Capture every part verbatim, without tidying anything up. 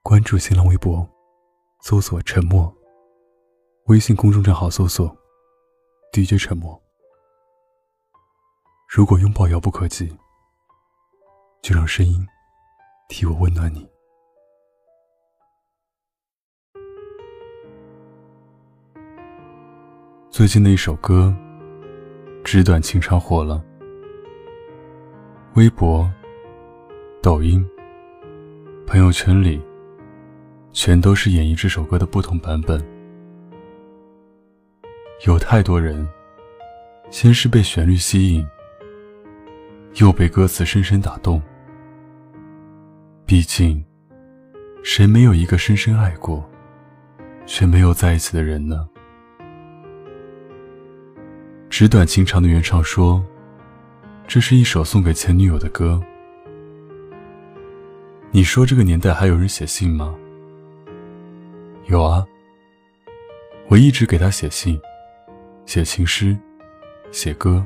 关注新浪微博，搜索沉默，微信公众账号搜索 D J 沉默。如果拥抱遥不可及，就让声音替我温暖你。最近的一首歌纸短情长火了，微博、抖音、朋友圈里全都是演绎这首歌的不同版本。有太多人先是被旋律吸引，又被歌词深深打动。毕竟谁没有一个深深爱过却没有在一起的人呢？纸短情长的原唱说，这是一首送给前女友的歌。你说这个年代还有人写信吗？有啊，我一直给他写信，写情诗，写歌。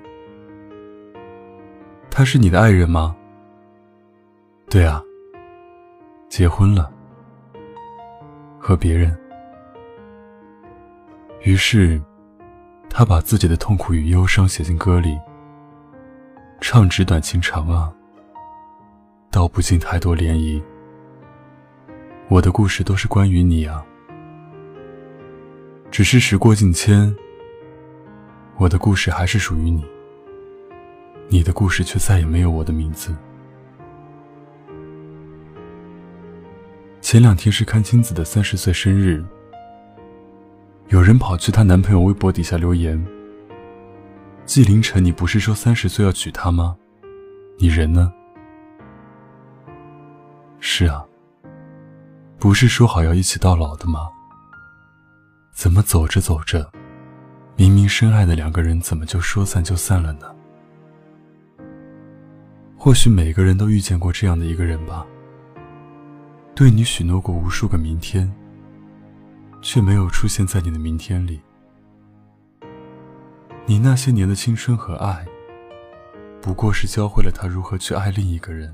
他是你的爱人吗？对啊，结婚了，和别人。于是他把自己的痛苦与忧伤写进歌里，唱纸短情长啊，道不尽太多涟漪。我的故事都是关于你啊，只是时过境迁，我的故事还是属于你，你的故事却再也没有我的名字。前两天是阚清子的三十岁生日，有人跑去她男朋友微博底下留言，纪凌尘，你不是说三十岁要娶她吗？你人呢？是啊，不是说好要一起到老的吗？怎么走着走着，明明深爱的两个人怎么就说散就散了呢？或许每个人都遇见过这样的一个人吧，对你许诺过无数个明天，却没有出现在你的明天里。你那些年的青春和爱，不过是教会了他如何去爱另一个人。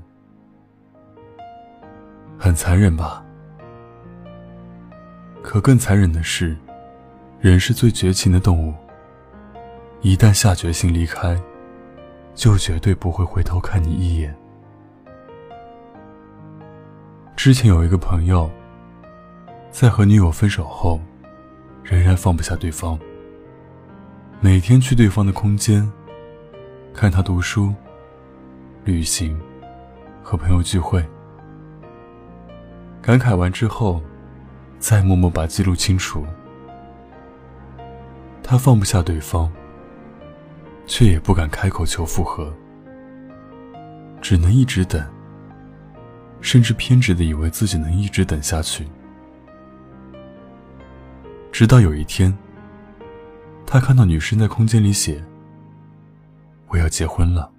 很残忍吧？可更残忍的是，人是最绝情的动物，一旦下决心离开，就绝对不会回头看你一眼。之前有一个朋友，在和女友分手后，仍然放不下对方，每天去对方的空间，看他读书、旅行和朋友聚会，感慨完之后再默默把记录清除。他放不下对方，却也不敢开口求复合，只能一直等，甚至偏执地以为自己能一直等下去。直到有一天，他看到女生在空间里写，我要结婚了。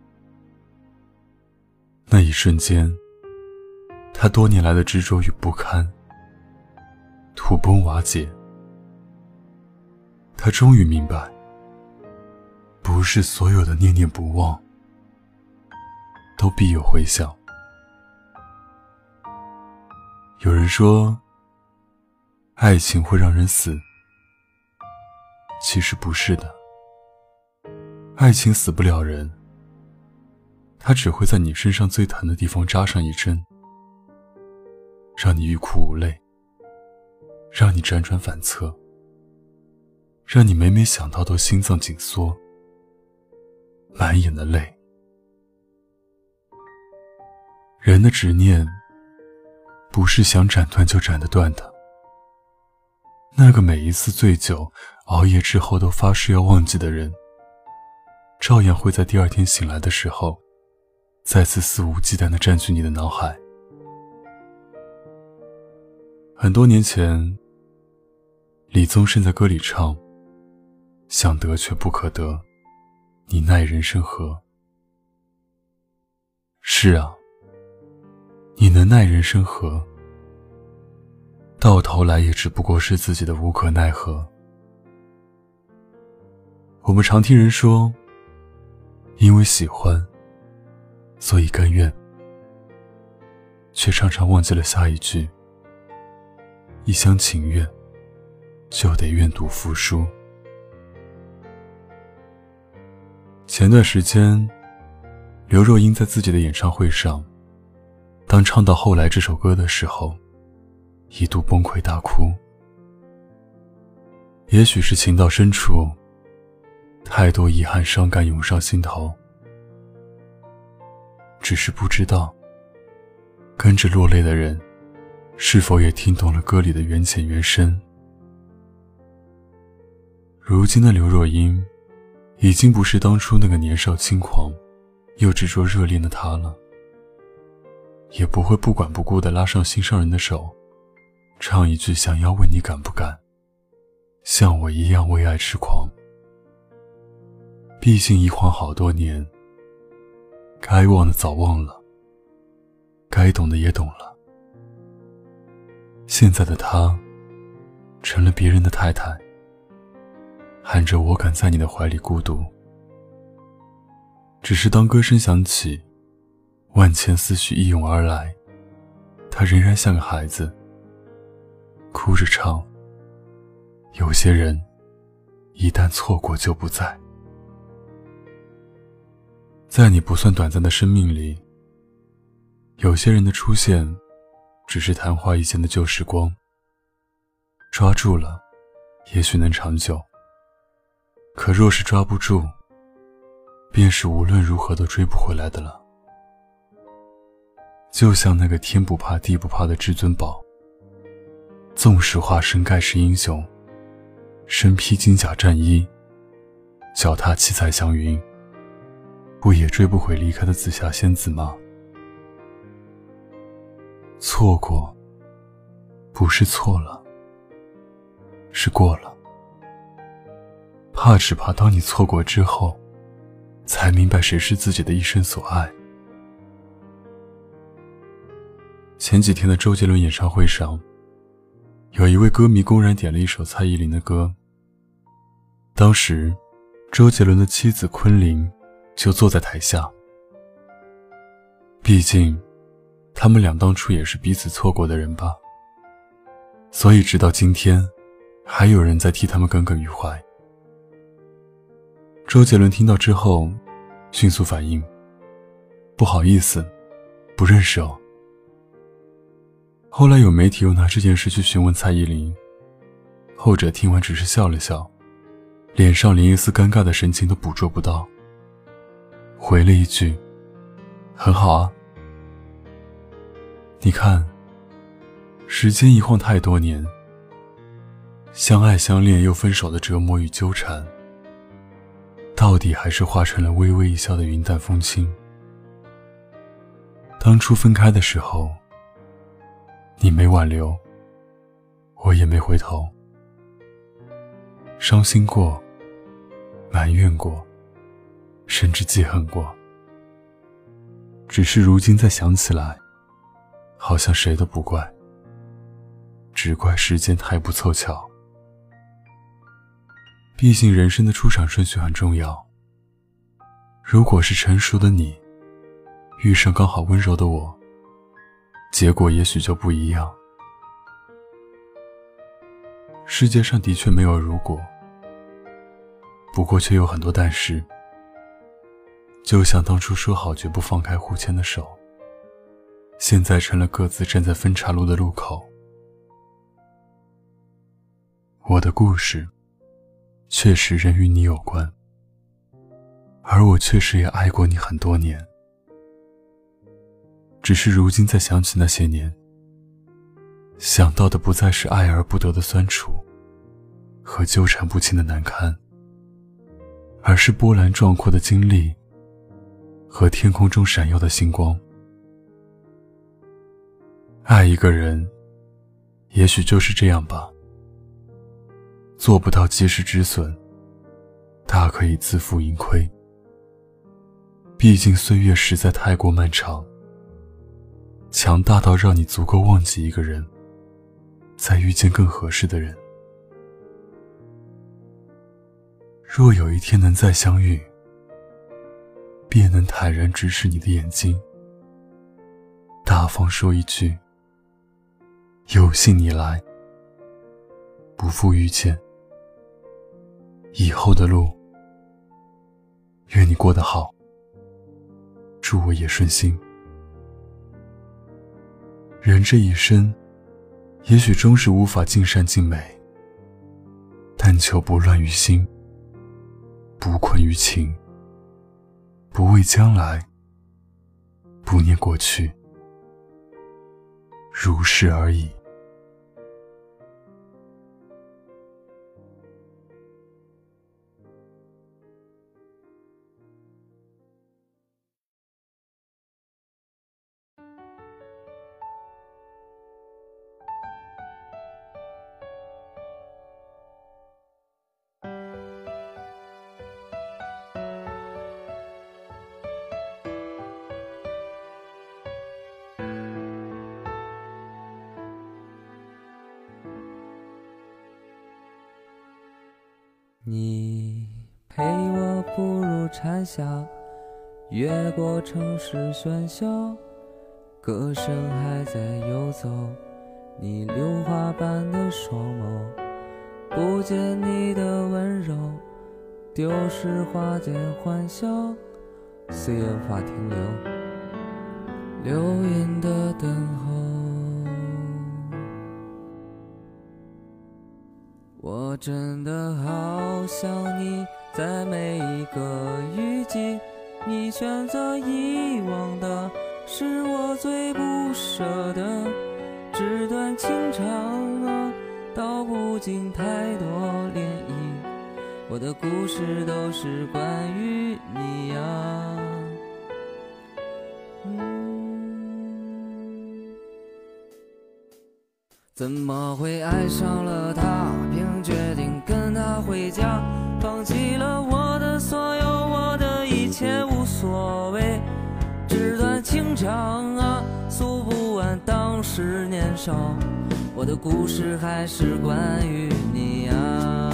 那一瞬间，他多年来的执着与不堪土崩瓦解。他终于明白，不是所有的念念不忘都必有回响。有人说，爱情会让人死，其实不是的。爱情死不了人，它只会在你身上最疼的地方扎上一针，让你欲哭无泪，让你辗转反侧，让你每每想到都心脏紧缩，满眼的泪。人的执念不是想斩断就斩得断的，那个每一次醉酒熬夜之后都发誓要忘记的人，照样会在第二天醒来的时候再次肆无忌惮地占据你的脑海。很多年前，李宗盛在歌里唱，想得却不可得，你奈人生何？是啊，你能奈人生何？到头来也只不过是自己的无可奈何。我们常听人说，因为喜欢，所以甘愿，却常常忘记了下一句， 一厢情愿，就得愿赌服输。前段时间，刘若英在自己的演唱会上，当唱到后来这首歌的时候，一度崩溃大哭。也许是情到深处，太多遗憾伤感涌上心头，只是不知道跟着落泪的人是否也听懂了歌里的缘浅缘深。如今的刘若英已经不是当初那个年少轻狂又执着热恋的她了，也不会不管不顾地拉上心上人的手，唱一句想要问你敢不敢，像我一样为爱痴狂。毕竟一晃好多年，该忘的早忘了，该懂的也懂了。现在的她成了别人的太太，喊着我敢在你的怀里孤独。只是当歌声响起，万千思绪一涌而来，她仍然像个孩子，哭着唱，有些人一旦错过就不在。在你不算短暂的生命里，有些人的出现只是昙花一现的旧时光，抓住了也许能长久，可若是抓不住，便是无论如何都追不回来的了。就像那个天不怕地不怕的至尊宝，纵使化身盖世英雄，身披金甲战衣，脚踏七彩祥云，不也追不回离开的紫霞仙子吗？错过不是错了，是过了。怕只怕当你错过之后，才明白谁是自己的一生所爱。前几天的周杰伦演唱会上，有一位歌迷公然点了一首蔡依林的歌。当时周杰伦的妻子昆凌就坐在台下，毕竟他们俩当初也是彼此错过的人吧，所以直到今天还有人在替他们耿耿于怀。周杰伦听到之后迅速反应，不好意思，不认识哦。后来有媒体又拿这件事去询问蔡依林，后者听完只是笑了笑，脸上连一丝尴尬的神情都捕捉不到，回了一句很好啊。你看，时间一晃太多年，相爱相恋又分手的折磨与纠缠，到底还是化成了微微一笑的云淡风轻。当初分开的时候，你没挽留，我也没回头，伤心过，埋怨过，甚至记恨过，只是如今再想起来，好像谁都不怪，只怪时间太不凑巧。毕竟人生的出场顺序很重要，如果是成熟的你遇上刚好温柔的我，结果也许就不一样。世界上的确没有如果，不过却有很多但是。就像当初说好绝不放开互牵的手，现在成了各自站在分岔路的路口。我的故事确实仍与你有关，而我确实也爱过你很多年。只是如今再想起那些年，想到的不再是爱而不得的酸楚和纠缠不清的难堪，而是波澜壮阔的经历和天空中闪耀的星光。爱一个人也许就是这样吧，做不到及时止损，大可以自负盈亏。毕竟岁月实在太过漫长，强大到让你足够忘记一个人，再遇见更合适的人。若有一天能再相遇，便能坦然直视你的眼睛，大方说一句有幸你来， 不负遇见。以后的路，愿你过得好，祝我也顺心。人这一生，也许终是无法尽善尽美，但求不乱于心，不困于情，不畏将来，不念过去，如是而已。 你陪我步入蝉夏，越过城市喧嚣，歌声还在游走，你榴花般的双眸，不见你的温柔，丢失花间欢笑，岁月无法停留，流云的等候。我真的好想你，在每一个雨季，你选择遗忘的是我最不舍的。纸短情长啊，道不尽太多涟漪，我的故事都是关于你啊。嗯，怎么会爱上了他，并决定跟他回家，放弃了我的所有，我的一切无所谓。纸短情长啊，诉不完当时年少，我的故事还是关于你啊。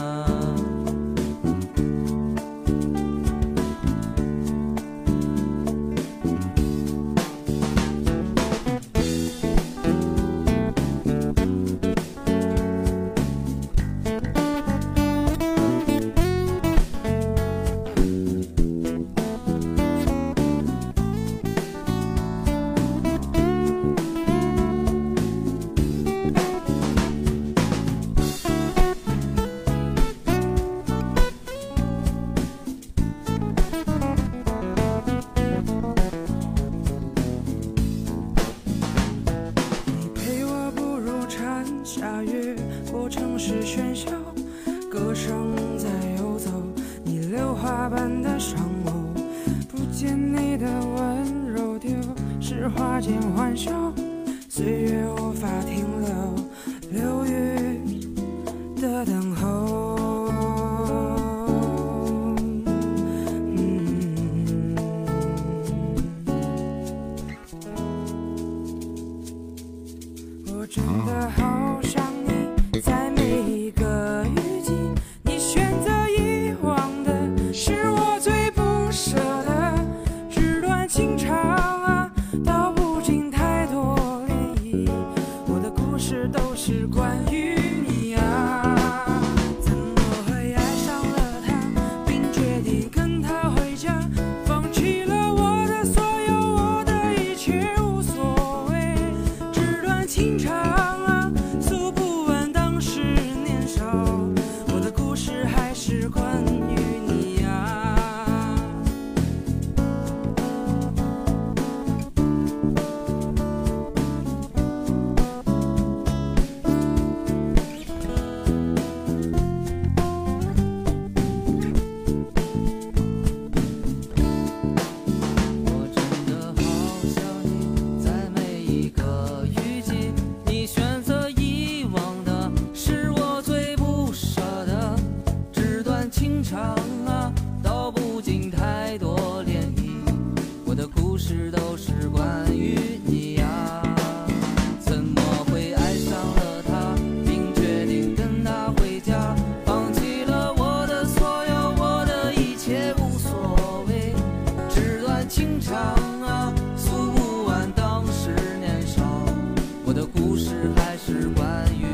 下越过城市喧嚣，歌声在游走，你榴花般的双眸，不见你的温柔，丢失花间欢笑，岁月无法停留，流云的等候。嗯，我真的好想你，在每一个雨季，你选择遗忘的是我最不舍的。纸短情长啊，道不尽太多涟漪，我的故事都是关于你啊。怎么会爱上了他，并决定跟他回家，放弃了我的所有，我的一切无所谓。纸短情长啊，诉不完当时年少，我的故事还是关于你啊。我真的好想你，在每一个雨季，你选择遗忘的是我最不舍的。纸短情长啊，道不尽太多涟漪，我的故事都是关于你啊。怎么会爱上了他，并决定跟他回家，放弃了我的所有，我的一切无所谓。纸短情长啊，诉不完当时年少，我的故事还是关于